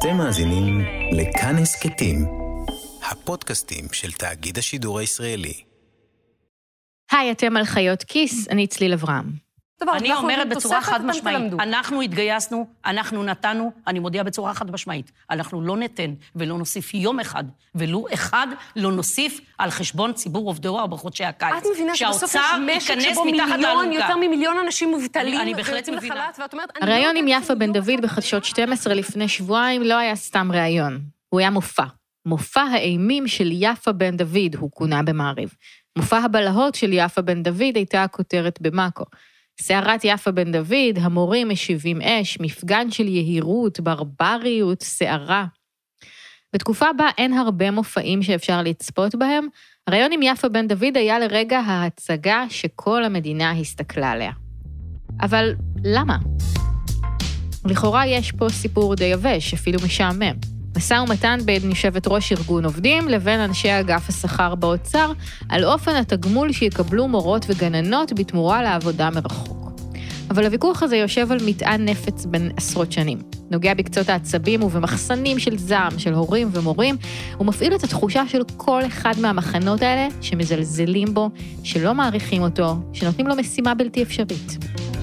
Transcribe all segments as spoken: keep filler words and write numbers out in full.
אתם מאזינים לכאן הסכתים, הפודקאסטים של תאגיד השידור הישראלי. היי, אתם על חיות כיס, אני צליל אברהם. אני אומרת בצורה חד משמעית, אנחנו התגייסנו, אנחנו נתנו, אני מודיעה בצורה חד משמעית, אנחנו לא ניתן ולא נוסיף יום אחד, ולו אחד לא נוסיף על חשבון ציבור עובדי הוראה בחודשי הקיץ. את מבינה שבסוף יש משק שבו מיליון, יותר ממיליון אנשים מובטלים, אני בהחלט מבינה. הראיון עם יפה בן דוד בחדשות שתים עשרה לפני שבועיים לא היה סתם ראיון, הוא היה מופע. מופע האימים של יפה בן דוד, הוא כונה במעריב. מופע הבלהות של יפה בן דוד הייתה הכותרת במאקו. סערת יפה בן דוד, המורים משיבים אש, מפגן של יהירות, ברבריות, סערה. בתקופה בה אין הרבה מופעים שאפשר לצפות בהם, הראיון עם יפה בן דוד היה לרגע ההצגה שכל המדינה הסתכלה עליה. אבל למה? לכאורה יש פה סיפור די יבש, אפילו משעמם. משא ומתן בין יושבת ראש ארגון עובדים לבין אנשי אגף השכר באוצר על אופן התגמול שיקבלו מורות וגננות בתמורה לעבודה מרחוק. אבל הוויכוח הזה יושב על מטען נפץ בין עשרות שנים. נוגע בקצות העצבים ובמחסנים של זעם של הורים ומורים, ומפעיל את התחושה של כל אחד מהמחנות האלה שמזלזלים בו, שלא מעריכים אותו, שנותנים לו משימה בלתי אפשרית.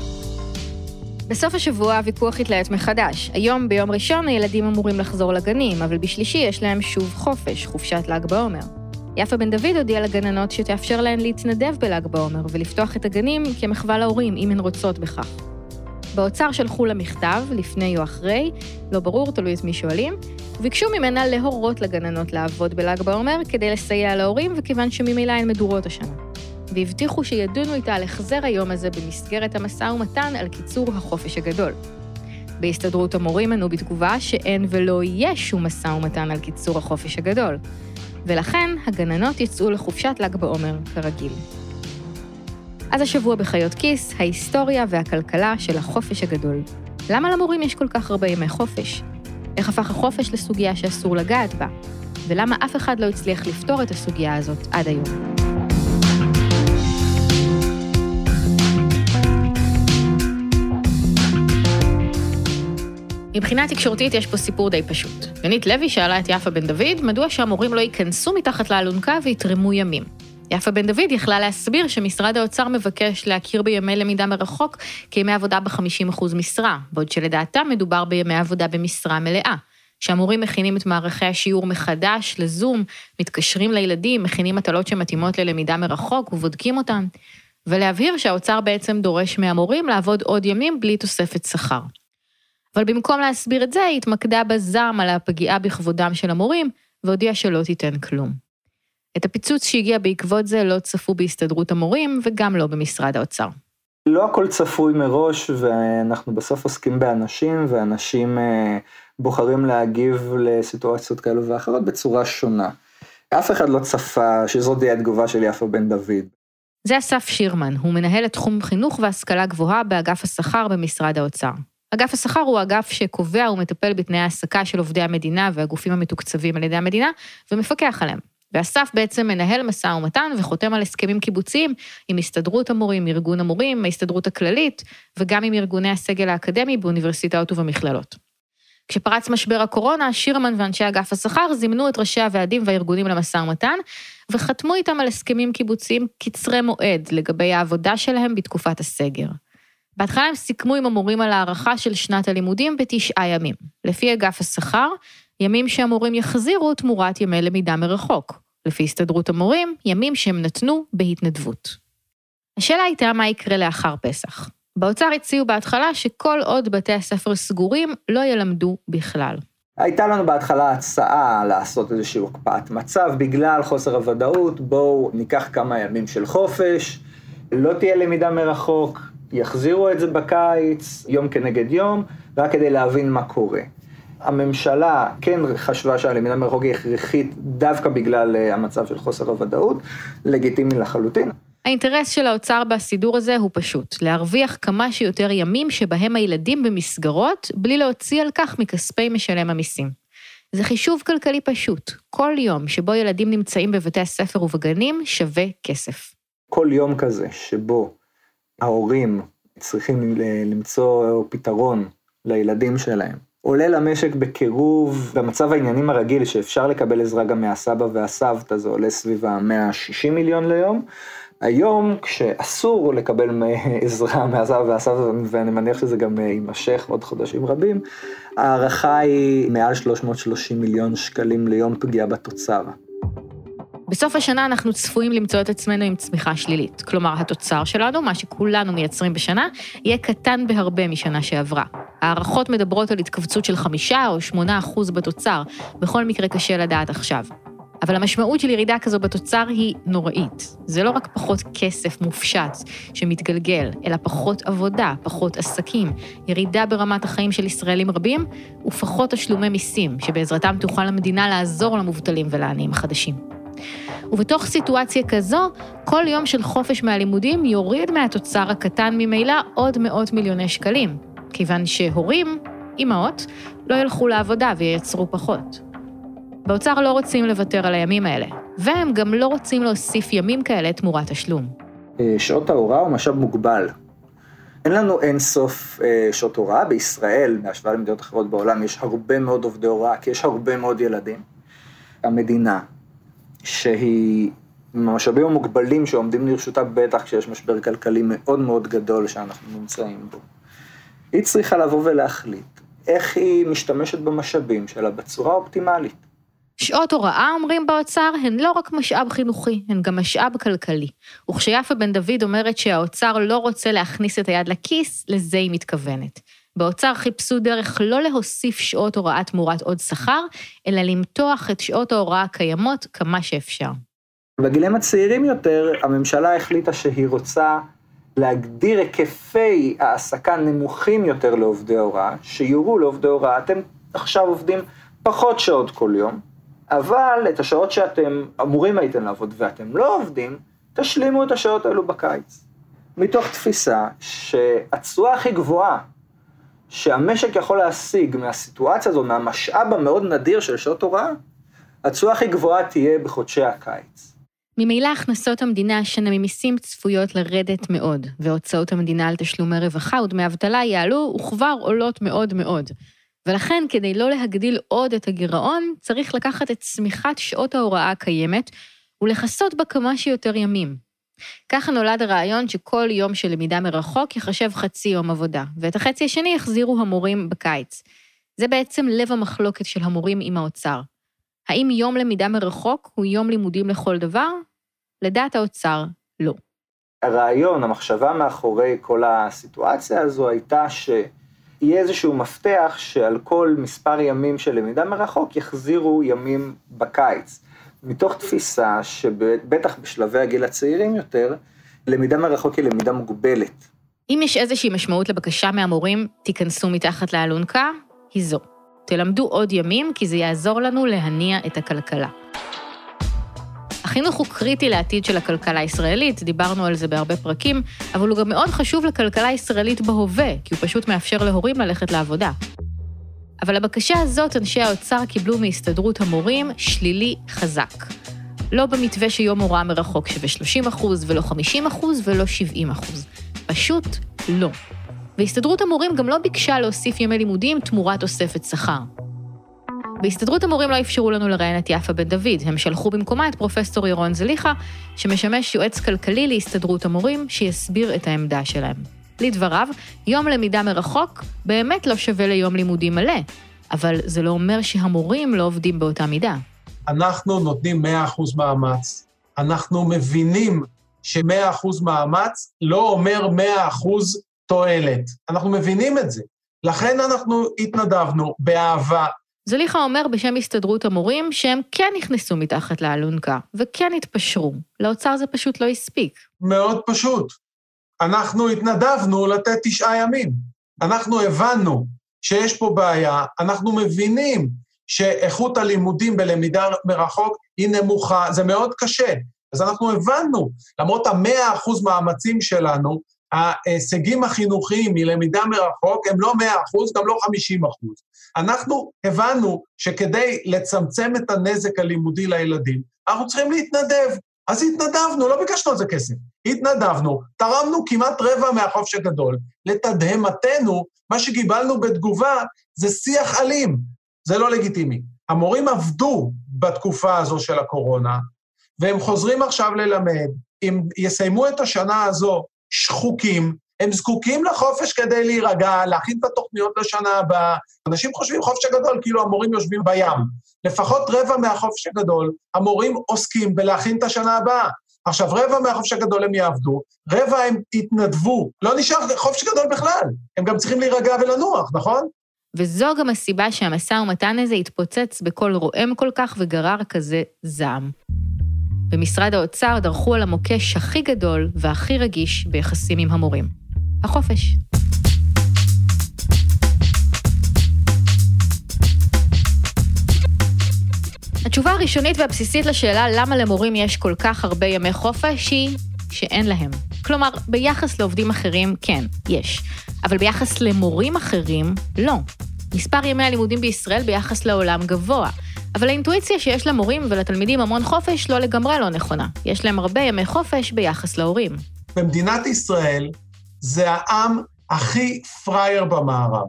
בסוף השבוע הוויכוח התלהט מחדש. היום ביום ראשון הילדים אמורים לחזור לגנים, אבל בשלישי יש להם שוב חופש, חופשת ל"ג בעומר. יפה בן דוד הודיע לגננות שתאפשר להן להתנדב בל"ג בעומר ולפתוח את הגנים כמחווה להורים אם הן רוצות בכך. באוצר שלחו לה מכתב, לפני או אחרי, לא ברור, תלוי את מי שואלים, וביקשו ממנה להורות לגננות לעבוד בל"ג בעומר כדי לסייע להורים וכיוון שממילא הן מדורות השנה. והבטיחו שידונו איתה על החזר היום הזה במסגרת המשא ומתן על קיצור החופש הגדול. בהסתדרות המורים ענו בתגובה שאין ולא יהיה שום משא ומתן על קיצור החופש הגדול, ולכן הגננות יצאו לחופשת ל"ג בעומר כרגיל. אז השבוע בחיות כיס, ההיסטוריה והכלכלה של החופש הגדול. למה למורים יש כל כך הרבה ימי חופש? איך הפך החופש לסוגיה שאסור לגעת בה? ולמה אף אחד לא הצליח לפתור את הסוגיה הזאת עד היום? מבחינה תקשורתית יש פה סיפור די פשוט. יונית לוי שאלה את יפה בן דוד, מדוע שהמורים לא ייכנסו מתחת לאלונקה ויתרמו ימים. יפה בן דוד יכלה להסביר שמשרד האוצר מבקש להכיר בימי למידה מרחוק כימי עבודה ב-חמישים אחוז משרה, בעוד שלדעתם מדובר בימי עבודה במשרה מלאה. שהמורים מכינים את מערכי השיעור מחדש לזום, מתקשרים לילדים, מכינים מטלות שמתאימות ללמידה מרחוק ובודקים אותן. ולהבהיר שהאוצר בעצם דורש מהמורים לעבוד עוד ימים בלי תוספת שכר. אבל במקום להסביר את זה, היא התמקדה בזעם על הפגיעה בכבודם של המורים, והודיעה שלא תיתן כלום. את הפיצוץ שהגיע בעקבות זה לא צפו בהסתדרות המורים, וגם לא במשרד האוצר. לא הכל צפוי מראש, ואנחנו בסוף עוסקים באנשים, ואנשים בוחרים להגיב לסיטואציות כאלו ואחרות בצורה שונה. אף אחד לא צפה שזאת תהיה התגובה של יפה בן דוד. זה אסף שירמן, הוא מנהל את תחום חינוך והשכלה גבוהה באגף השכר במשרד האוצר. אגף השכר הוא אגף שקובע ומטפל בתנאי העסקה של עובדי המדינה והגופים המתוקצבים על ידי המדינה, ומפקח עליהם. ואסף בעצם מנהל משא ומתן וחותם על הסכמים קיבוציים עם הסתדרות המורים, ארגון המורים, ההסתדרות הכללית, וגם עם ארגוני הסגל האקדמי באוניברסיטאות ובמכללות. כשפרץ משבר הקורונה, שירמן ואנשי אגף השכר זימנו את ראשי הוועדים והארגונים למשא ומתן, וחתמו איתם על הסכמים קיבוציים קצרי מועד לגבי העבודה שלהם בתקופת הסגר. בהתחלה הם סיכמו עם המורים על הערכה של שנת הלימודים בתשעה ימים. לפי אגף השכר, ימים שהמורים יחזירו תמורת ימי למידה מרחוק. לפי הסתדרות המורים, ימים שהם נתנו בהתנדבות. השאלה הייתה מה יקרה לאחר פסח. באוצר הציעו בהתחלה שכל עוד בתי הספר סגורים לא ילמדו בכלל. הייתה לנו בהתחלה הצעה לעשות איזושהי הקפאת מצב, בגלל חוסר הוודאות, בואו ניקח כמה ימים של חופש, לא תהיה למידה מרחוק, יחזירו את זה בקיץ, יום כנגד יום, רק כדי להבין מה קורה. הממשלה כן חשבה שהלמידה מרחוק היא הכרחית דווקא בגלל המצב של חוסר הוודאות, לגיטימי לחלוטין. האינטרס של האוצר בסידור הזה הוא פשוט, להרוויח כמה שיותר ימים שבהם הילדים במסגרות, בלי להוציא על כך מכספי משלם המיסים. זה חישוב כלכלי פשוט. כל יום שבו ילדים נמצאים בבתי הספר ובגנים שווה כסף. כל יום כזה שבו ההורים צריכים למצוא פתרון לילדים שלהם, עולה למשק בקירוב, במצב העניינים הרגיל שאפשר לקבל עזרה גם מהסבא והסבתא, זה עולה סביב ה-מאה ושישים מיליון ליום. היום כשאסור לקבל עזרה מהסבא והסבתא, ואני מניח שזה גם יימשך עוד חודשים רבים, הערכה היא מעל שלוש מאות ושלושים מיליון שקלים ליום פגיעה בתוצר. בסוף השנה אנחנו צפויים למצוא את עצמנו עם צמיחה שלילית. כלומר, התוצר שלנו, מה שכולנו מייצרים בשנה, יהיה קטן בהרבה משנה שעברה. הערכות מדברות על התכווצות של חמישה או שמונה אחוז בתוצר, בכל מקרה קשה לדעת עכשיו. אבל המשמעות של ירידה כזו בתוצר היא נוראית. זה לא רק פחות כסף מופשט שמתגלגל, אלא פחות עבודה, פחות עסקים, ירידה ברמת החיים של ישראלים רבים, ופחות תשלומי מיסים, שבעזרתם תוכל המדינה לעזור למובטלים ולעניים החדשים. ובתוך סיטואציה כזו, כל יום של חופש מהלימודים יוריד מהתוצר הקטן ממילא עוד מאות מיליוני שקלים, כיוון שהורים, אמהות, לא ילכו לעבודה וייצרו פחות. באוצר לא רוצים לוותר על הימים האלה, והם גם לא רוצים להוסיף ימים כאלה תמורת תשלום. שעות ההוראה הוא משאב מוגבל. אין לנו אין סוף שעות הוראה בישראל, בהשוואה למדינות אחרות בעולם, יש הרבה מאוד עובדי הוראה, כי יש הרבה מאוד ילדים. המדינה, שהיא המשאבים המוגבלים שעומדים לרשותה בטח כשיש משבר כלכלי מאוד מאוד גדול שאנחנו נמצאים בו. היא צריכה לבוא ולהחליט איך היא משתמשת במשאבים שלה בצורה אופטימלית. שעות הוראה, אומרים באוצר, הן לא רק משאב חינוכי, הן גם משאב כלכלי. וכשיפה בן דוד אומרת שהאוצר לא רוצה להכניס את היד לכיס, לזה היא מתכוונת. באוצר חיפשו דרך לא להוסיף שעות הוראה תמורת עוד שכר, אלא למתוח את שעות ההוראה הקיימות כמה שאפשר. בגילים הצעירים יותר, הממשלה החליטה שהיא רוצה להגדיר היקפי העסקה נמוכים יותר לעובדי הוראה, שיורו לעובדי הוראה, אתם עכשיו עובדים פחות שעות כל יום, אבל את השעות שאתם אמורים הייתם לעבוד ואתם לא עובדים, תשלימו את השעות האלו בקיץ. מתוך תפיסה שהתשואה הכי גבוהה, שהמשק יכול להשיג מהסיטואציה הזו, מהמשאב המאוד נדיר של שעות הוראה, התשואה הכי גבוהה תהיה בחודשי הקיץ. ממילא הכנסות המדינה השנה ממיסים צפויות לרדת מאוד, והוצאות המדינה על תשלומי רווחה ודמי אבטלה יעלו וכבר עולות מאוד מאוד. ולכן, כדי לא להגדיל עוד את הגירעון, צריך לקחת את צמיחת שעות ההוראה הקיימת ולחסות בה כמה שיותר ימים. ככה נולד הרעיון שכל יום של למידה מרחוק יחשב חצי יום עבודה, ואת החצי השני יחזירו המורים בקיץ. זה בעצם לב המחלוקת של המורים עם האוצר. האם יום למידה מרחוק הוא יום לימודים לכל דבר? לדעת האוצר, לא. הרעיון, המחשבה מאחורי כל הסיטואציה הזו הייתה שיהיה איזשהו מפתח שעל כל מספר ימים של למידה מרחוק יחזירו ימים בקיץ. מתוך תפיסה שבטח בשלבי הגיל הצעירים יותר, למידה מרחוק היא למידה מוגבלת. אם יש איזושהי משמעות לבקשה מהמורים, תיכנסו מתחת לאלונקה, היא זו. תלמדו עוד ימים, כי זה יעזור לנו להניע את הכלכלה. החינוך הוא קריטי לעתיד של הכלכלה הישראלית, דיברנו על זה בהרבה פרקים, אבל הוא גם מאוד חשוב לכלכלה הישראלית בהווה, כי הוא פשוט מאפשר להורים ללכת לעבודה. אבל הבקשה הזאת, אנשי האוצר קיבלו מהסתדרות המורים שלילי חזק. לא במתווה שיום הוראה מרחוק שווה שלושים אחוז, ולא חמישים אחוז, ולא שבעים אחוז. פשוט לא. והסתדרות המורים גם לא ביקשה להוסיף ימי לימודים תמורת תוספת שכר. בהסתדרות המורים לא אפשרו לנו לראיין את יפה בן דוד, הם שלחו במקומה את פרופסור ירון זליכה, שמשמש יועץ כלכלי להסתדרות המורים, שיסביר את העמדה שלהם. לדבריו, יום למידה מרחוק באמת לא שווה ליום לימודים מלא, אבל זה לא אומר שהמורים לא עובדים באותה מידה. אנחנו נותנים מאה אחוז מאמץ, אנחנו מבינים ש-מאה אחוז מאמץ לא אומר מאה אחוז תועלת. אנחנו מבינים את זה. לכן אנחנו התנדבנו באהבה. זליכה אומר בשם הסתדרות המורים שהם כן נכנסו מתחת לאלונקה, וכן התפשרו. לאוצר זה פשוט לא הספיק. מאוד פשוט. אנחנו התנדבנו לתת תשעה ימים. אנחנו הבנו שיש פה בעיה, אנחנו מבינים שאיכות הלימודים בלמידה מרחוק היא נמוכה, זה מאוד קשה. אז אנחנו הבנו, למרות המאה אחוז מאמצים שלנו, ההישגים החינוכיים מלמידה מרחוק הם לא מאה אחוז, גם לא חמישים אחוז. אנחנו הבנו שכדי לצמצם את הנזק הלימודי לילדים, אנחנו צריכים להתנדב. אז התנדבנו, לא ביקשנו על זה כסף. התנדבנו, תרמנו כמעט רבע מהחופש הגדול. לתדהמתנו, מה שקיבלנו בתגובה זה שיח אלים. זה לא לגיטימי. המורים עבדו בתקופה הזו של הקורונה, והם חוזרים עכשיו ללמד. אם יסיימו את השנה הזו שחוקים, הם זקוקים לחופש כדי להירגע, להכין את התוכניות לשנה הבאה. אנשים חושבים חופש הגדול, כאילו המורים יושבים בים. לפחות רבע מהחופש הגדול, המורים עוסקים בלהכין את השנה הבאה. עכשיו, רבע מהחופש הגדול הם יעבדו, רבע הם יתנדבו. לא נשאר חופש גדול בכלל. הם גם צריכים להירגע ולנוח, נכון? וזו גם הסיבה שהמשא ומתן הזה התפוצץ בקול רועם כל כך וגרר כזה זעם. במשרד האוצר דרכו על המוקש הכי גדול והכי רגיש ביחסים עם המורים. החופש. התשובה הראשונית והבסיסית לשאלה למה למורים יש כל כך הרבה ימי חופש היא שאין להם. כלומר, ביחס לעובדים אחרים, כן, יש. אבל ביחס למורים אחרים, לא. מספר ימי הלימודים בישראל ביחס לעולם גבוה. אבל האינטואיציה שיש למורים ולתלמידים המון חופש לא לגמרי לא נכונה. יש להם הרבה ימי חופש ביחס להורים. במדינת ישראל זה העם הכי פרייר במערב.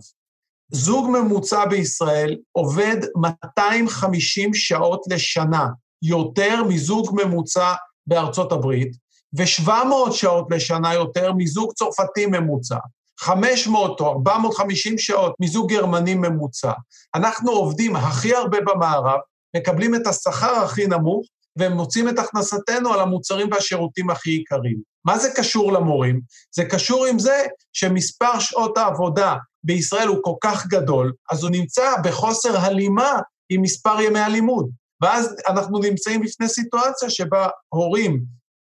זוג ממוצע בישראל עובד מאתיים וחמישים שעות לשנה, יותר מזוג ממוצע בארצות הברית, ו-שבע מאות שעות לשנה יותר מזוג צרפתי ממוצע. חמש מאות או ארבע מאות וחמישים שעות מזוג גרמני ממוצע. אנחנו עובדים הכי הרבה במערב, מקבלים את השכר הכי נמוך, והם מוצאים את הכנסתנו על המוצרים והשירותים הכי עיקריים. מה זה קשור למורים? זה קשור עם זה שמספר שעות העבודה בישראל הוא כל כך גדול, אז הוא נמצא בחוסר הלימה עם מספר ימי הלימוד. ואז אנחנו נמצאים בפני סיטואציה שבה הורים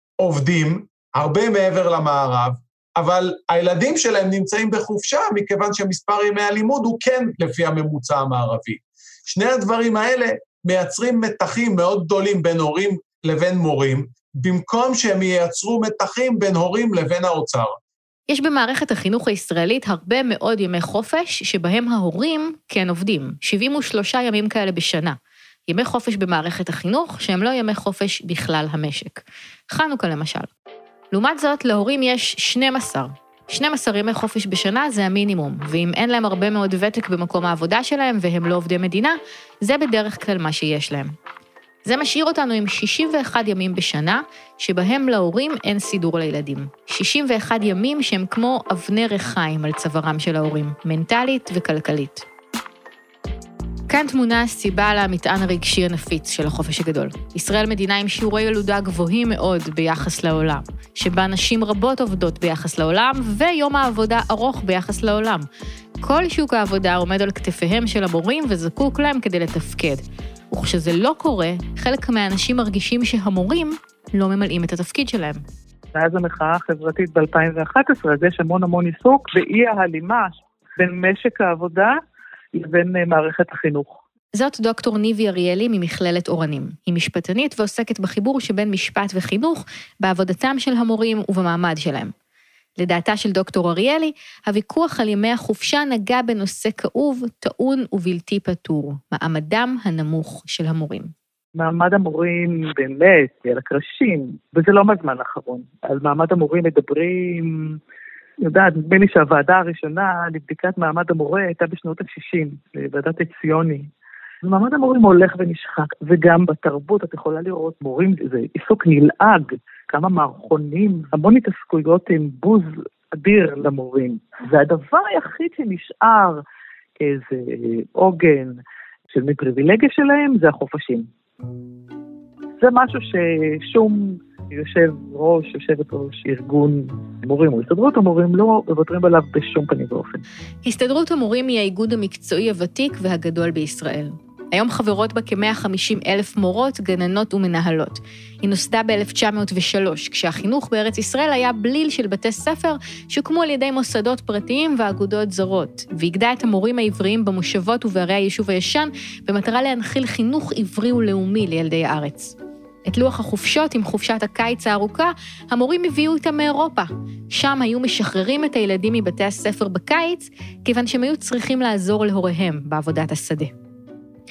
עובדים הרבה מעבר למערב, אבל הילדים שלהם נמצאים בחופשה, מכיוון שמספר ימי הלימוד הוא כן לפי הממוצע המערבי. שני הדברים האלה מייצרים מתחים מאוד גדולים בין הורים לבין מורים, במקום שהם ייצרו מתחים בין הורים לבין האוצר. יש במערכת החינוך הישראלית הרבה מאוד ימי חופש, שבהם ההורים כן עובדים, שבעים ושלושה ימים כאלה בשנה. ימי חופש במערכת החינוך, שהם לא ימי חופש בכלל המשק. חנוכה למשל. לעומת זאת, להורים יש שנים עשר. שנים עשר ימי חופש בשנה זה המינימום, ואם אין להם הרבה מאוד ותק במקום העבודה שלהם והם לא עובדי מדינה, זה בדרך כלל מה שיש להם. זה משאיר אותנו עם שישים ואחד ימים בשנה, שבהם להורים אין סידור לילדים. שישים ואחד ימים שהם כמו אבני ריחיים על צווארם של ההורים, מנטלית וכלכלית. כאן תמונה הסיבה למטען הרגשי הנפיץ של החופש הגדול. ישראל מדינה עם שיעורי ילודה גבוהים מאוד ביחס לעולם, שבה נשים רבות עובדות ביחס לעולם, ויום העבודה ארוך ביחס לעולם. כל שוק העבודה עומד על כתפיהם של המורים וזקוק להם כדי לתפקד. וכשזה לא קורה, חלק מהאנשים מרגישים שהמורים לא ממלאים את התפקיד שלהם. מאז המחאה החברתית ב-אלפיים ואחת עשרה, אז יש המון המון עיסוק באי ההלימה בין משק העבודה לבין מערכת החינוך. זאת דוקטור ניבי אריאלי ממכללת אורנים. היא משפטנית ועוסקת בחיבור שבין משפט וחינוך בעבודתם של המורים ובמעמד שלהם. לדעתה של דוקטור אריאלי, הוויכוח על ימי החופשה נגע בנושא כאוב, טעון ובלתי פתור, מעמדם הנמוך של המורים. מעמד המורים באמת, על הקרשים, וזה לא מהזמן האחרון. על מעמד המורים מדברים, יודעת, נדמה לי שהוועדה הראשונה לבדיקת מעמד המורה הייתה בשנות ה-שישים, ועדת עציוני. מעמד המורים הולך ונשחק, וגם בתרבות את יכולה לראות מורים, זה עיסוק נלעג, כמה מערכונים, המון התעסקויות עם בוז אדיר למורים. והדבר היחיד שנשאר כאיזה עוגן של מפריבילגיה שלהם, זה החופשים. זה משהו ששום יושב ראש, יושבת ראש ארגון מורים או הסתדרות המורים לא מוותרים עליו בשום פנים ואופן. הסתדרות המורים היא האיגוד המקצועי הוותיק והגדול בישראל. היום חברות בה כ-מאה וחמישים אלף מורות, גננות ומנהלות. היא נוסדה ב-אלף תשע מאות ושלוש, כשהחינוך בארץ ישראל היה בליל של בתי ספר שהוקמו על ידי מוסדות פרטיים ואגודות זרות, והגדה את המורים העבריים במושבות ובערי היישוב הישן, במטרה להנחיל חינוך עברי ולאומי לילדי הארץ. את לוח החופשות עם חופשת הקיץ הארוכה, המורים הביאו אותם מאירופה. שם היו משחררים את הילדים מבתי הספר בקיץ, כיוון שהם היו צריכים לעזור להוריהם בעבודת השדה.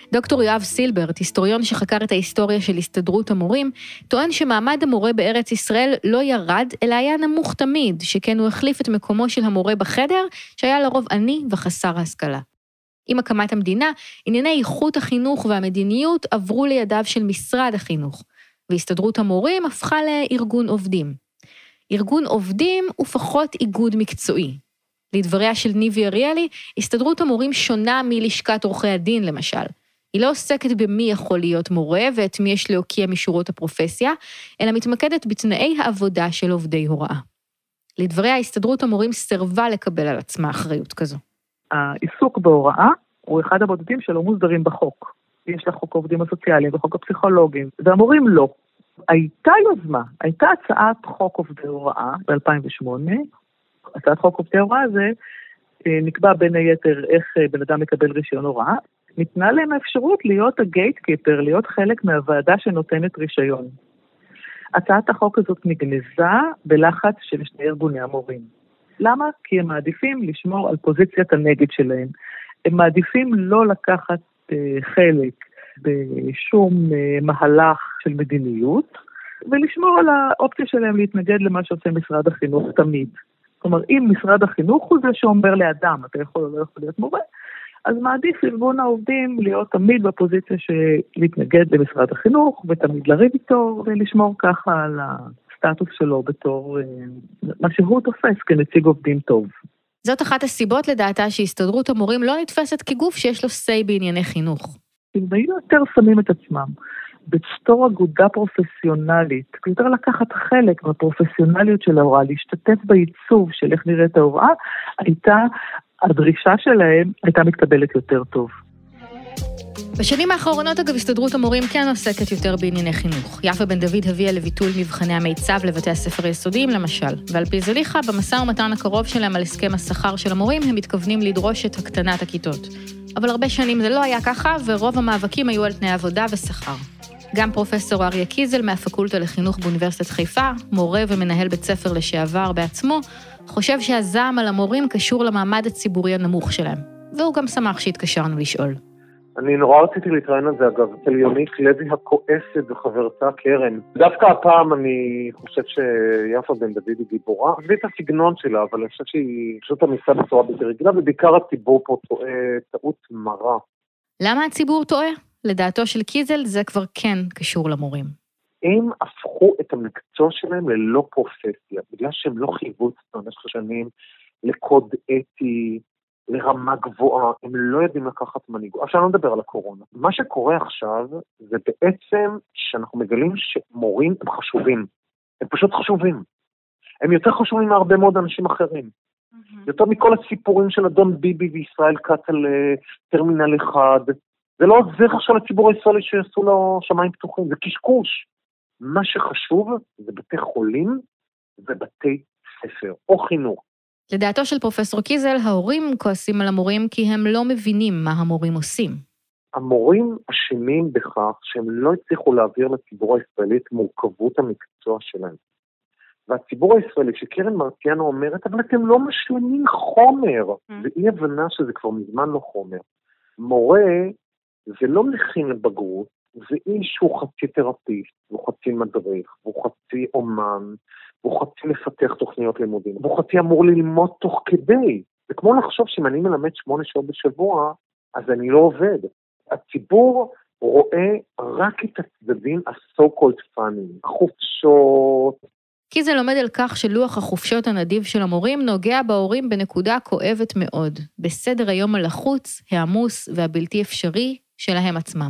דוקטור יואב סילברט, היסטוריון שחקר את ההיסטוריה של הסתדרות המורים, טוען שמעמד המורה בארץ ישראל לא ירד, אלא היה נמוך תמיד, שכן הוא החליף את מקומו של המורה בחדר, שהיה לרוב עני וחסר השכלה. עם הקמת המדינה, ענייני איכות החינוך והמדיניות עברו לידיו של משרד החינוך, והסתדרות המורים הפכה לארגון עובדים. ארגון עובדים הוא פחות איגוד מקצועי. לדבריה של ניבי אריאלי, הסתדרות המורים שונה מלשכת עורכי הדין למשל. היא לא עוסקת במי יכול להיות מורה ואת מי יש להוקיע משורות הפרופסיה, אלא מתמקדת בתנאי העבודה של עובדי הוראה. לדבריה, הסתדרות המורים סירבה לקבל על עצמה אחריות כזו. העיסוק בהוראה הוא אחד הבודדים שלא מוסדרים בחוק. יש לחוק העובדים הסוציאליים וחוק הפסיכולוגים, והמורים לא. הייתה יוזמה, הייתה הצעת חוק עובדי הוראה ב-אלפיים ושמונה, הצעת חוק עובדי הוראה זה נקבע בין היתר איך בן אדם מקבל רישיון הוראה, ניתנה להם האפשרות להיות הגייטקיפר, להיות חלק מהוועדה שנותנת רישיון. הצעת החוק הזאת נגנזה בלחץ של שני ארגוני המורים. למה? כי הם מעדיפים לשמור על פוזיציית הנגד שלהם. הם מעדיפים לא לקחת חלק בשום מהלך של מדיניות, ולשמור על האופציה שלהם להתנגד למה שעושה משרד החינוך תמיד. כלומר, אם משרד החינוך הוא זה שאומר לאדם, אתה יכול או לא יכול להיות מורה, אז מעדיף ארגון העובדים להיות תמיד בפוזיציה של להתנגד למשרד החינוך, ותמיד לריב איתו, ולשמור ככה על הסטטוס שלו בתור מה שהוא תופס כנציג עובדים טוב. זאת אחת הסיבות לדעתה שהסתדרות המורים לא נתפסת כגוף שיש לו סי בענייני חינוך. אם היו יותר שמים את עצמם בתור אגודה פרופסיונלית, יותר לקחת חלק מהפרופסיונליות של ההוראה, להשתתף בעיצוב של איך נראית ההוראה, הייתה, הדרישה שלהם הייתה מתקבלת יותר טוב. בשנים האחרונות, אגב, הסתדרות המורים כן עוסקת יותר בענייני חינוך. יפה בן דוד הביאה לביטול מבחני המיצב לבתי הספר היסודיים, למשל, ועל פי זליכה, במשא ומתן הקרוב שלהם על הסכם השכר של המורים, הם מתכוונים לדרוש את הקטנת הכיתות. אבל הרבה שנים זה לא היה ככה, ורוב המאבקים היו על תנאי עבודה ושכר. גם פרופסור אריה קיזל מהפקולטה לחינוך באוניברסיטת חיפה, מורה ומנהל בית ספר לשעבר בעצמו, חושב שהזעם על המורים קשור למעמד הציבורי הנמוך שלהם. והוא גם שמח שהתקשרנו לשאול. אני נורא רציתי להתראיין על זה, אגב, אצל יונית לוי הכועסת וחברתה קרן. דווקא הפעם אני חושב שיפה בן דוד היא גיבורה. הביא את הסגנון שלה, אבל אני חושב שהיא פשוט עמיסה בצורה בלתי רגילה, ובעיקר הציבור פה טועה טעות מרה. למה הציבור טועה? לדעתו של קיזל זה כבר כן קשור למורים. הם הפכו את המקצוע שלהם ללא פרופסיה, בגלל שהם לא חייבו את במשך שנים לקוד אתי, לרמה גבוהה, הם לא יודעים לקחת מנהיגות. עכשיו לא נדבר על הקורונה. מה שקורה עכשיו זה בעצם שאנחנו מגלים שמורים הם חשובים. הם פשוט חשובים. הם יותר חשובים מהרבה מאוד אנשים אחרים. Mm-hmm. יותר מכל הסיפורים של אדון ביבי וישראל כץ על טרמינל אחד. זה לא עוזר עכשיו לציבור הישראלי שיעשו לו שמיים פתוחים, זה קשקוש. מה שחשוב זה בתי חולים ובתי ספר או חינוך. לדעתו של פרופסור קיזל, ההורים כועסים על המורים כי הם לא מבינים מה המורים עושים. המורים אשמים בכך שהם לא הצליחו להעביר לציבור הישראלי את מורכבות המקצוע שלהם. והציבור הישראלי, שקרן מרציאנו אומרת, אבל אתם לא משלימים חומר, ואי הבנה שזה כבר מזמן לא חומר. מורה זה לא מכין לבגרות, זה איש שהוא חצי תרפיסט, הוא חצי מדריך, הוא חצי אומן, הוא חצי מפתח תוכניות לימודים, הוא חצי אמור ללמוד תוך כדי. זה כמו לחשוב שאם אני מלמד שמונה שעות בשבוע, אז אני לא עובד. הציבור רואה רק את הצדדים ה-so-called funny, החופשות. כי זה לומד על כך שלוח החופשות הנדיב של המורים נוגע בהורים בנקודה כואבת מאוד, בסדר היום הלחוץ, העמוס והבלתי אפשרי שלהם עצמם.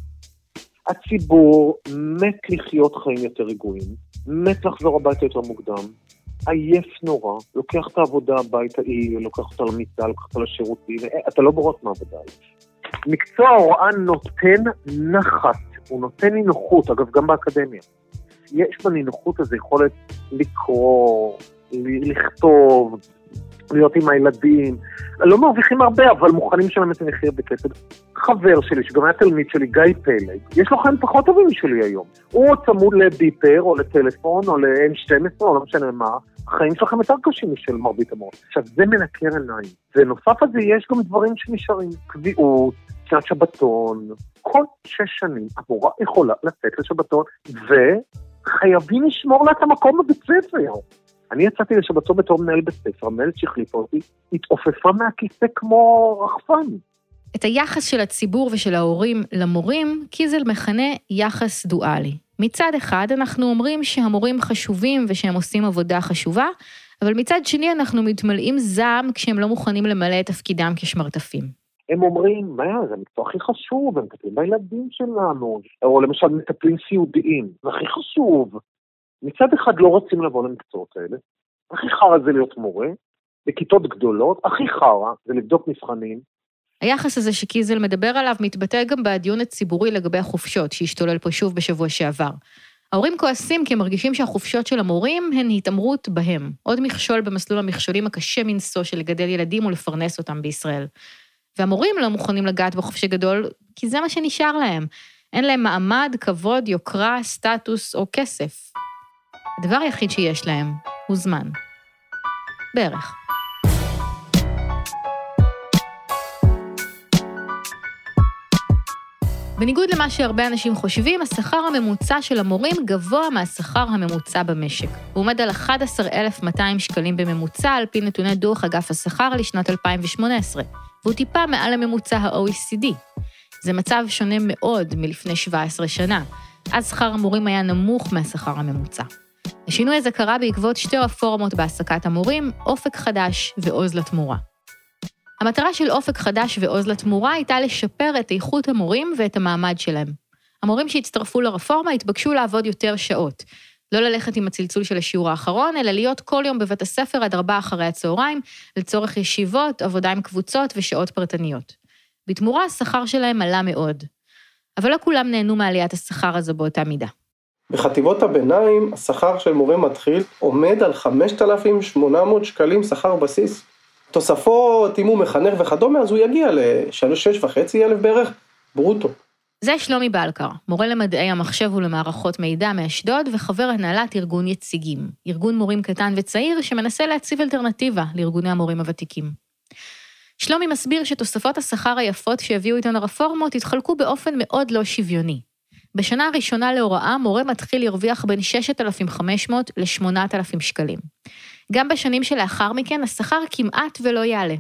הציבור מת לחיות חיים יותר רגועים, מת לחזור הביתה יותר מוקדם, עייף נורא, לוקח את העבודה הביתה, היא לוקח אותה למיטה, לוקח אותה לשירותים, אתה לא בורט מהעבודה. מקצוע ההוראה נותן נחת, הוא נותן נינוחות, אגב גם באקדמיה. יש בנינוחות הזה יכולת לקרוא, לכתוב, להיות עם הילדים, לא מרוויחים הרבה, אבל מוכנים שלהם את המחיר בכסף. חבר שלי, שגם היה תלמיד שלי, גיא פלג, יש לו חיים פחות טובים שלי היום. הוא צמוד לביפר, או לטלפון, או ל-אם שתים עשרה, או לא משנה מה, החיים שלכם יותר קשים משל מרבית המורים. עכשיו, זה מנקר עיניים. ונוסף על זה, יש גם דברים שנשארים. קביעות, שנת שבתון, כל שש שנים המורה יכולה לצאת לשבתון, וחייבים לשמור לה את המקום בבית ספר. אני יצאתי לשבתון בתור מנהל בית ספר, המנהלת שהחליפה אותי, התעופפה מהכיסא כמו רחפן. את היחס של הציבור ושל ההורים למורים, קיזל מכנה יחס דואלי. מצד אחד אנחנו אומרים שהמורים חשובים ושהם עושים עבודה חשובה, אבל מצד שני אנחנו מתמלאים זעם כשהם לא מוכנים למלא את תפקידם כשמרתפים. הם אומרים, מה, זה המקצוע הכי חשוב, הם מטפלים בילדים שלנו, או למשל מטפלים סיעודיים, זה הכי חשוב. מצד אחד לא רוצים לבוא למקצועות האלה, הכי חרא זה להיות מורה, בכיתות גדולות, הכי חרא זה לבדוק מבחנים. היחס הזה שקיזל מדבר עליו מתבטא גם בדיון הציבורי לגבי החופשות, שהשתולל פה שוב בשבוע שעבר. ההורים כועסים כי הם מרגישים שהחופשות של המורים הן התאמרות בהם, עוד מכשול במסלול המכשולים הקשה מנשוא של לגדל ילדים ולפרנס אותם בישראל. והמורים לא מוכנים לגעת בחופשי גדול, כי זה מה שנשאר להם. אין להם מעמד, כבוד, יוקרה, סטטוס או כסף. הדבר היחיד שיש להם הוא זמן. בערך. בניגוד למה שהרבה אנשים חושבים, השכר הממוצע של המורים גבוה מהשכר הממוצע במשק. הוא עומד על אחד עשר אלף ומאתיים שקלים בממוצע, על פי נתוני דוח אגף השכר לשנת אלפיים ושמונה עשרה, והוא טיפה מעל הממוצע ה-או אי סי די. זה מצב שונה מאוד מלפני שבע עשרה שנה. אז שכר המורים היה נמוך מהשכר הממוצע. השינוי הזה קרה בעקבות שתי רפורמות בהעסקת המורים, אופק חדש ועוז לתמורה. המטרה של אופק חדש ועוז לתמורה הייתה לשפר את איכות המורים ואת המעמד שלהם. המורים שהצטרפו לרפורמה התבקשו לעבוד יותר שעות, לא ללכת עם הצלצול של השיעור האחרון, אלא להיות כל יום בבית הספר עד ארבע אחרי הצהריים, לצורך ישיבות, עבודה עם קבוצות ושעות פרטניות. בתמורה השכר שלהם עלה מאוד, אבל לא כולם נהנו מעליית השכר הזו באותה מידה. בחטיבות הביניים, השכר של מורה מתחיל עומד על חמשת אלפים ושמונה מאות שקלים שכר בסיס. תוספות, אם הוא מחנך וכדומה, אז הוא יגיע ל-שלוש וחצי אלף בערך ברוטו. זה שלומי בלקר, מורה למדעי המחשב ולמערכות מידע מאשדוד, וחבר הנהלת ארגון יציגים, ארגון מורים קטן וצעיר שמנסה להציב אלטרנטיבה לארגוני המורים הוותיקים. שלומי מסביר שתוספות השכר היפות שהביאו איתן הרפורמות התחלקו באופן מאוד לא שוויוני. בשנה הראשונה להוראה, מורה מתחיל לרוויח בין שישת אלפים וחמש מאות ל-שמונת אלפים שקלים. גם בשנים שלאחר מכן, השכר כמעט ולא יעלה.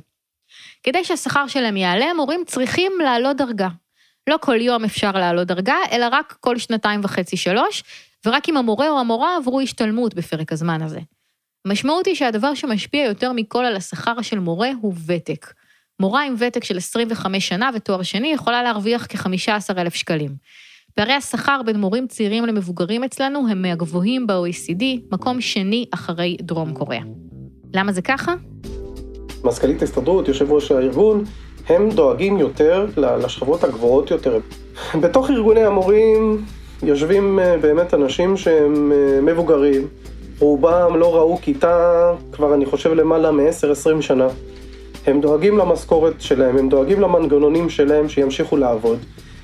כדי שהשכר שלהם יעלה, מורים צריכים לעלות דרגה. לא כל יום אפשר לעלות דרגה, אלא רק כל שנתיים וחצי שלוש, ורק אם המורה או המורה עברו השתלמות בפרק הזמן הזה. המשמעות היא שהדבר שמשפיע יותר מכל על השכר של מורה הוא ותק. מורה עם ותק של עשרים וחמש שנה ותואר שני יכולה להרוויח כ-חמישה עשר אלף שקלים. פערי השכר בין מורים צעירים למבוגרים אצלנו הם מהגבוהים ב-או אי סי די, מקום שני אחרי דרום קוריאה. למה זה ככה? מזכ"לית הסתדרות, יושב ראש הארגון, הם דואגים יותר לשכבות הגבוהות יותר. בתוך ארגוני המורים יושבים באמת אנשים שהם מבוגרים, רובם לא ראו כיתה כבר אני חושב למעלה מ-עשר עשרים שנה. הם דואגים למשכורת שלהם, הם דואגים למנגנונים שלהם שימשיכו לעבוד.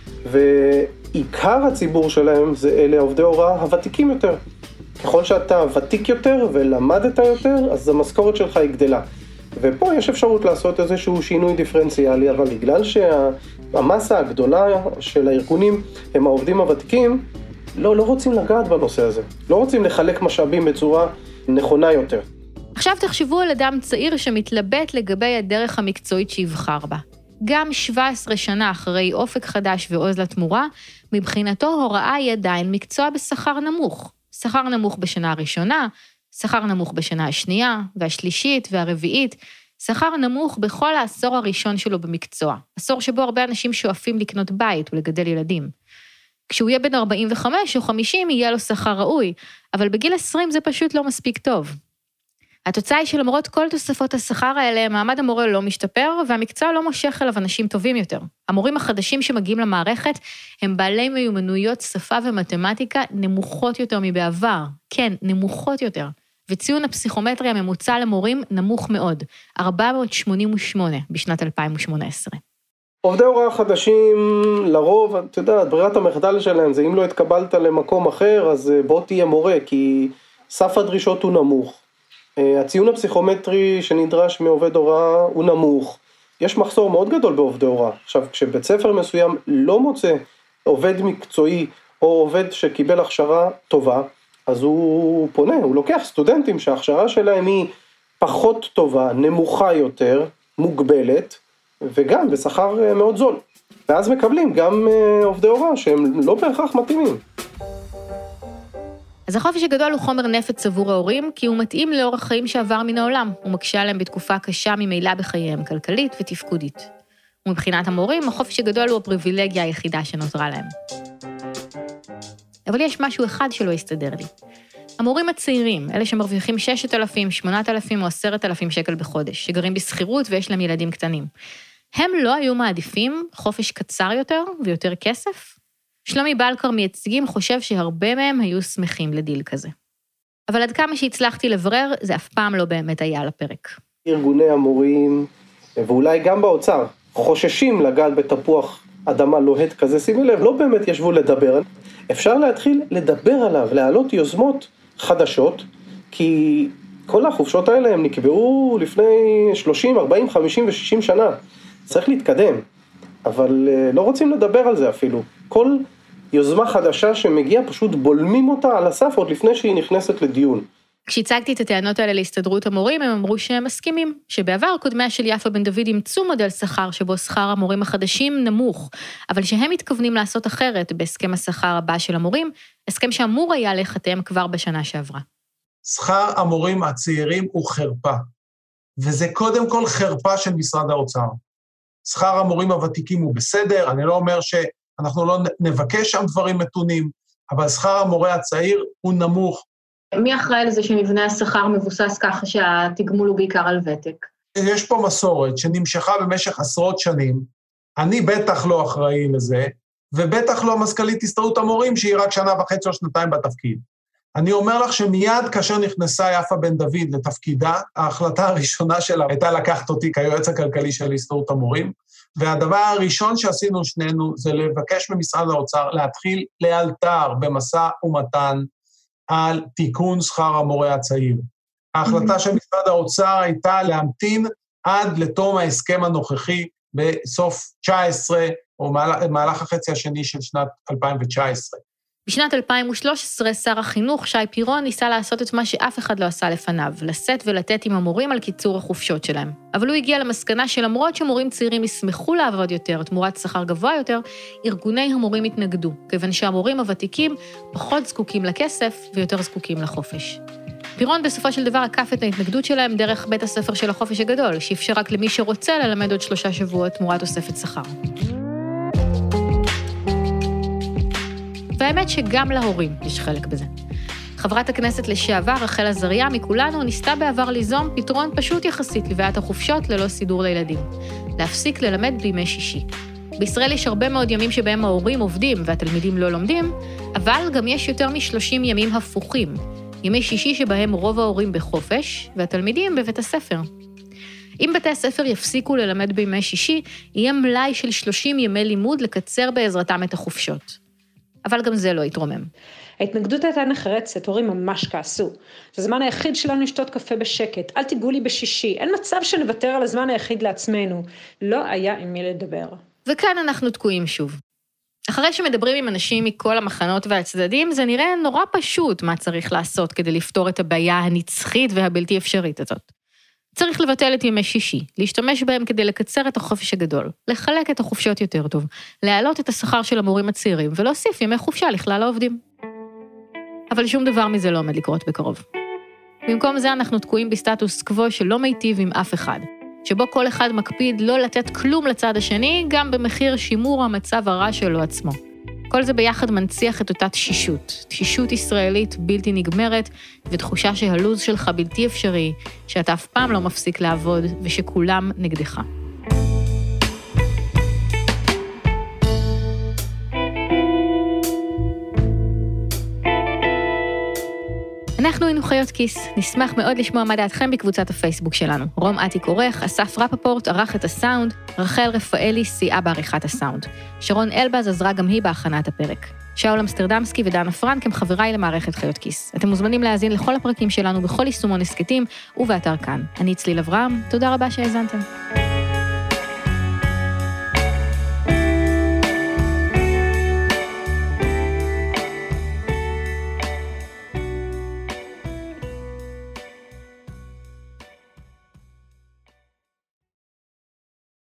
ועיקר הציבור שלהם זה אלה עובדי הוראה הוותיקים יותר. ככל שאתה ותיק יותר ולמדת יותר, אז המשכורת שלך היא גדלה. ופה יש אפשרות לעשות איזשהו שינוי דיפרנציאלי, אבל בגלל שהמסה הגדולה של הארגונים הם העובדים הוותיקים, לא, לא רוצים לגעת בנושא הזה. לא רוצים לחלק משאבים בצורה נכונה יותר. עכשיו תחשבו על אדם צעיר שמתלבט לגבי הדרך המקצועית שיבחר בה. גם שבע עשרה שנה אחרי אופק חדש ועוז לתמורה, מבחינתו הוראה היא עדיין מקצוע בשכר נמוך. שכר נמוך בשנה הראשונה, שכר נמוך בשנה השנייה והשלישית והרביעית, שכר נמוך בכל העשור הראשון שלו במקצוע, עשור שבו הרבה אנשים שואפים לקנות בית ולגדל ילדים. כשהוא יהיה בן ארבעים וחמש או חמישים יהיה לו שכר ראוי, אבל בגיל עשרים זה פשוט לא מספיק טוב. התוצאה היא שלמרות כל תוספות השכר האלה, מעמד המורה לא משתפר, והמקצוע לא מושך אליו אנשים טובים יותר. המורים החדשים שמגיעים למערכת, הם בעלי מיומנויות שפה ומתמטיקה נמוכות יותר מבעבר. כן, נמוכות יותר. וציון הפסיכומטרי הממוצע למורים נמוך מאוד, ארבע מאות שמונים ושמונה בשנת אלפיים ושמונה עשרה. עובדי הוראה חדשים, לרוב, אתה יודע, ברירת המחדל שלהם זה אם לא התקבלת למקום אחר, אז בוא תהיה מורה, כי סף הדרישות הוא נמוך. הציון הפסיכומטרי שנדרש מעובד הוראה הוא נמוך. יש מחסור מאוד גדול בעובדי הוראה. עכשיו, כשבית ספר מסוים לא מוצא עובד מקצועי או עובד שקיבל הכשרה טובה, אז הוא פונה, הוא לוקח סטודנטים שההכשרה שלהם היא פחות טובה, נמוכה יותר, מוגבלת, וגם בשכר מאוד זול. ואז מקבלים גם עובדי הוראה שהם לא בהכרח מתאימים. אז החופש הגדול הוא חומר נפץ עבור ההורים, כי הוא מתאים לאורח חיים שעבר מן העולם. הוא מקשה עליהם בתקופה קשה ממילא בחייהם, כלכלית ותפקודית. ומבחינת המורים, החופש הגדול הוא הפריבילגיה היחידה שנותרה להם. אבל יש משהו אחד שלא יסתדר לי. המורים הצעירים, אלה שמרוויחים ששת אלפים, שמונת אלפים או עשרת אלפים שקל בחודש, שגרים בסחירות ויש להם ילדים קטנים. הם לא היו מעדיפים חופש קצר יותר ויותר כסף? שלומי בלקר מייצגים חושב שהרבה מהם היו שמחים לדיל כזה. אבל עד כמה שהצלחתי לברר, זה אף פעם לא באמת היה על הפרק. ארגוני המורים, ואולי גם באוצר, חוששים לגעת בתפוח אדמה לוהט כזה, שימי לב, לא באמת ישבו לדבר. אפשר להתחיל לדבר עליו, להעלות יוזמות חדשות, כי כל החופשות האלה הם נקבעו לפני שלושים, ארבעים, חמישים ו-שישים שנה. צריך להתקדם, אבל לא רוצים לדבר על זה אפילו. כל יוזמה חדשה שמגיעה פשוט בולמים אותה על הסף עוד לפני שהיא נכנסת לדיון. כשהצגתי את הטענות האלה להסתדרות המורים, הם אמרו שהם מסכימים, שבעבר קודמיה של יפה בן דוד אימצו מודל שכר שבו שכר המורים החדשים נמוך, אבל שהם מתכוונים לעשות אחרת בהסכם השכר הבא של המורים, הסכם שאמור היה להיחתם כבר בשנה שעברה. שכר המורים הצעירים הוא חרפה, וזה קודם כל חרפה של משרד האוצר. שכר המורים הוותיקים הוא בסדר, אני לא אומר שאנחנו לא נבקש שם דברים מתונים, אבל שכר המורה הצעיר הוא נמוך. מי אחראי לזה שמבנה השכר מבוסס ככה שהתגמול הוא בעיקר על ותק? יש פה מסורת שנמשכה במשך עשרות שנים, אני בטח לא אחראי לזה, ובטח לא מזכ"לית הסתדרות המורים שהיא רק שנה וחצי או שנתיים בתפקיד. אני אומר לך שמיד כאשר נכנסה יפה בן דוד לתפקידה, ההחלטה הראשונה שלה הייתה לקחת אותי כיועץ הכלכלי של הסתדרות המורים, והדבר הראשון שעשינו שנינו זה לבקש ממשרד האוצר להתחיל לאלתר במשא ומתן על תיקון שכר המורה הצעיר. ההחלטה של משרד האוצר הייתה להמתין עד לתום ההסכם הנוכחי בסוף תשע עשרה, או במהלך החצי השני של שנת אלפיים תשע עשרה. בשנת אלפיים ושלוש עשרה, שר החינוך שי פירון ניסה לעשות את מה שאף אחד לא עשה לפניו, לשאת ולתת עם המורים על קיצור החופשות שלהם. אבל הוא הגיע למסקנה שלמרות שמורים צעירים ישמחו לעבוד יותר, תמורת שכר גבוה יותר, ארגוני המורים התנגדו, כיוון שהמורים הוותיקים פחות זקוקים לכסף ויותר זקוקים לחופש. פירון בסופו של דבר עקף את ההתנגדות שלהם דרך בית הספר של החופש הגדול, שאפשר רק למי שרוצה ללמד עוד שלושה שבועות תמורת תוספת שכר. והאמת שגם להורים יש חלק בזה. חברת הכנסת לשעבר, רחל עזריה מכולנו, ניסתה בעבר ליזום פתרון פשוט יחסית לביאת החופשות ללא סידור לילדים. להפסיק ללמד בימי שישי. בישראל יש הרבה מאוד ימים שבהם ההורים עובדים והתלמידים לא לומדים, אבל גם יש יותר מ-שלושים ימים הפוכים. ימי שישי שבהם רוב ההורים בחופש והתלמידים בבית הספר. אם בתי הספר יפסיקו ללמד בימי שישי, יהיה מלאי של שלושים ימי לימוד לקצר בעזרתם את החופשות. אבל גם זה לא יתרומם. ההתנגדות הייתה נחרצת, הורים ממש כעסו. זה הזמן היחיד שלנו לשתות קפה בשקט, אל תיגעו לי בשישי, אין מצב שנוותר על הזמן היחיד לעצמנו. לא היה עם מי לדבר. וכאן אנחנו תקועים שוב. אחרי שמדברים עם אנשים מכל המחנות והצדדים, זה נראה נורא פשוט מה צריך לעשות כדי לפתור את הבעיה הנצחית והבלתי אפשרית הזאת. צריך לבטל את ימי שישי, להשתמש בהם כדי לקצר את החופש הגדול, לחלק את החופשות יותר טוב, להעלות את השכר של המורים הצעירים, ולהוסיף ימי חופשה לכלל העובדים. אבל שום דבר מזה לא עומד לקרות בקרוב. במקום זה אנחנו תקועים בסטטוס קוו שלא מיטיב עם אף אחד, שבו כל אחד מקפיד לא לתת כלום לצד השני, גם במחיר שימור המצב הרע שלו עצמו. כל זה ביחד מנציח את אותה תשישות, תשישות ישראלית בלתי נגמרת, ותחושה שהלוז שלך בלתי אפשרי, שאתה אף פעם לא מפסיק לעבוד, ושכולם נגדך. אנחנו היינו חיות כיס, נשמח מאוד לשמוע מה דעתכם בקבוצת הפייסבוק שלנו. רום עתיק עורך, אסף רפפורט ערך את הסאונד, רחל רפאלי סייעה בעריכת הסאונד. שרון אלבז עזרה גם היא בהכנת הפרק. שאול אמסטרדמסקי ודנה פרנק הם חבריי למערכת חיות כיס. אתם מוזמנים להאזין לכל הפרקים שלנו בכל יישומון הסכתים ובאתר כאן. אני צליל אברהם, תודה רבה שהאזנתם.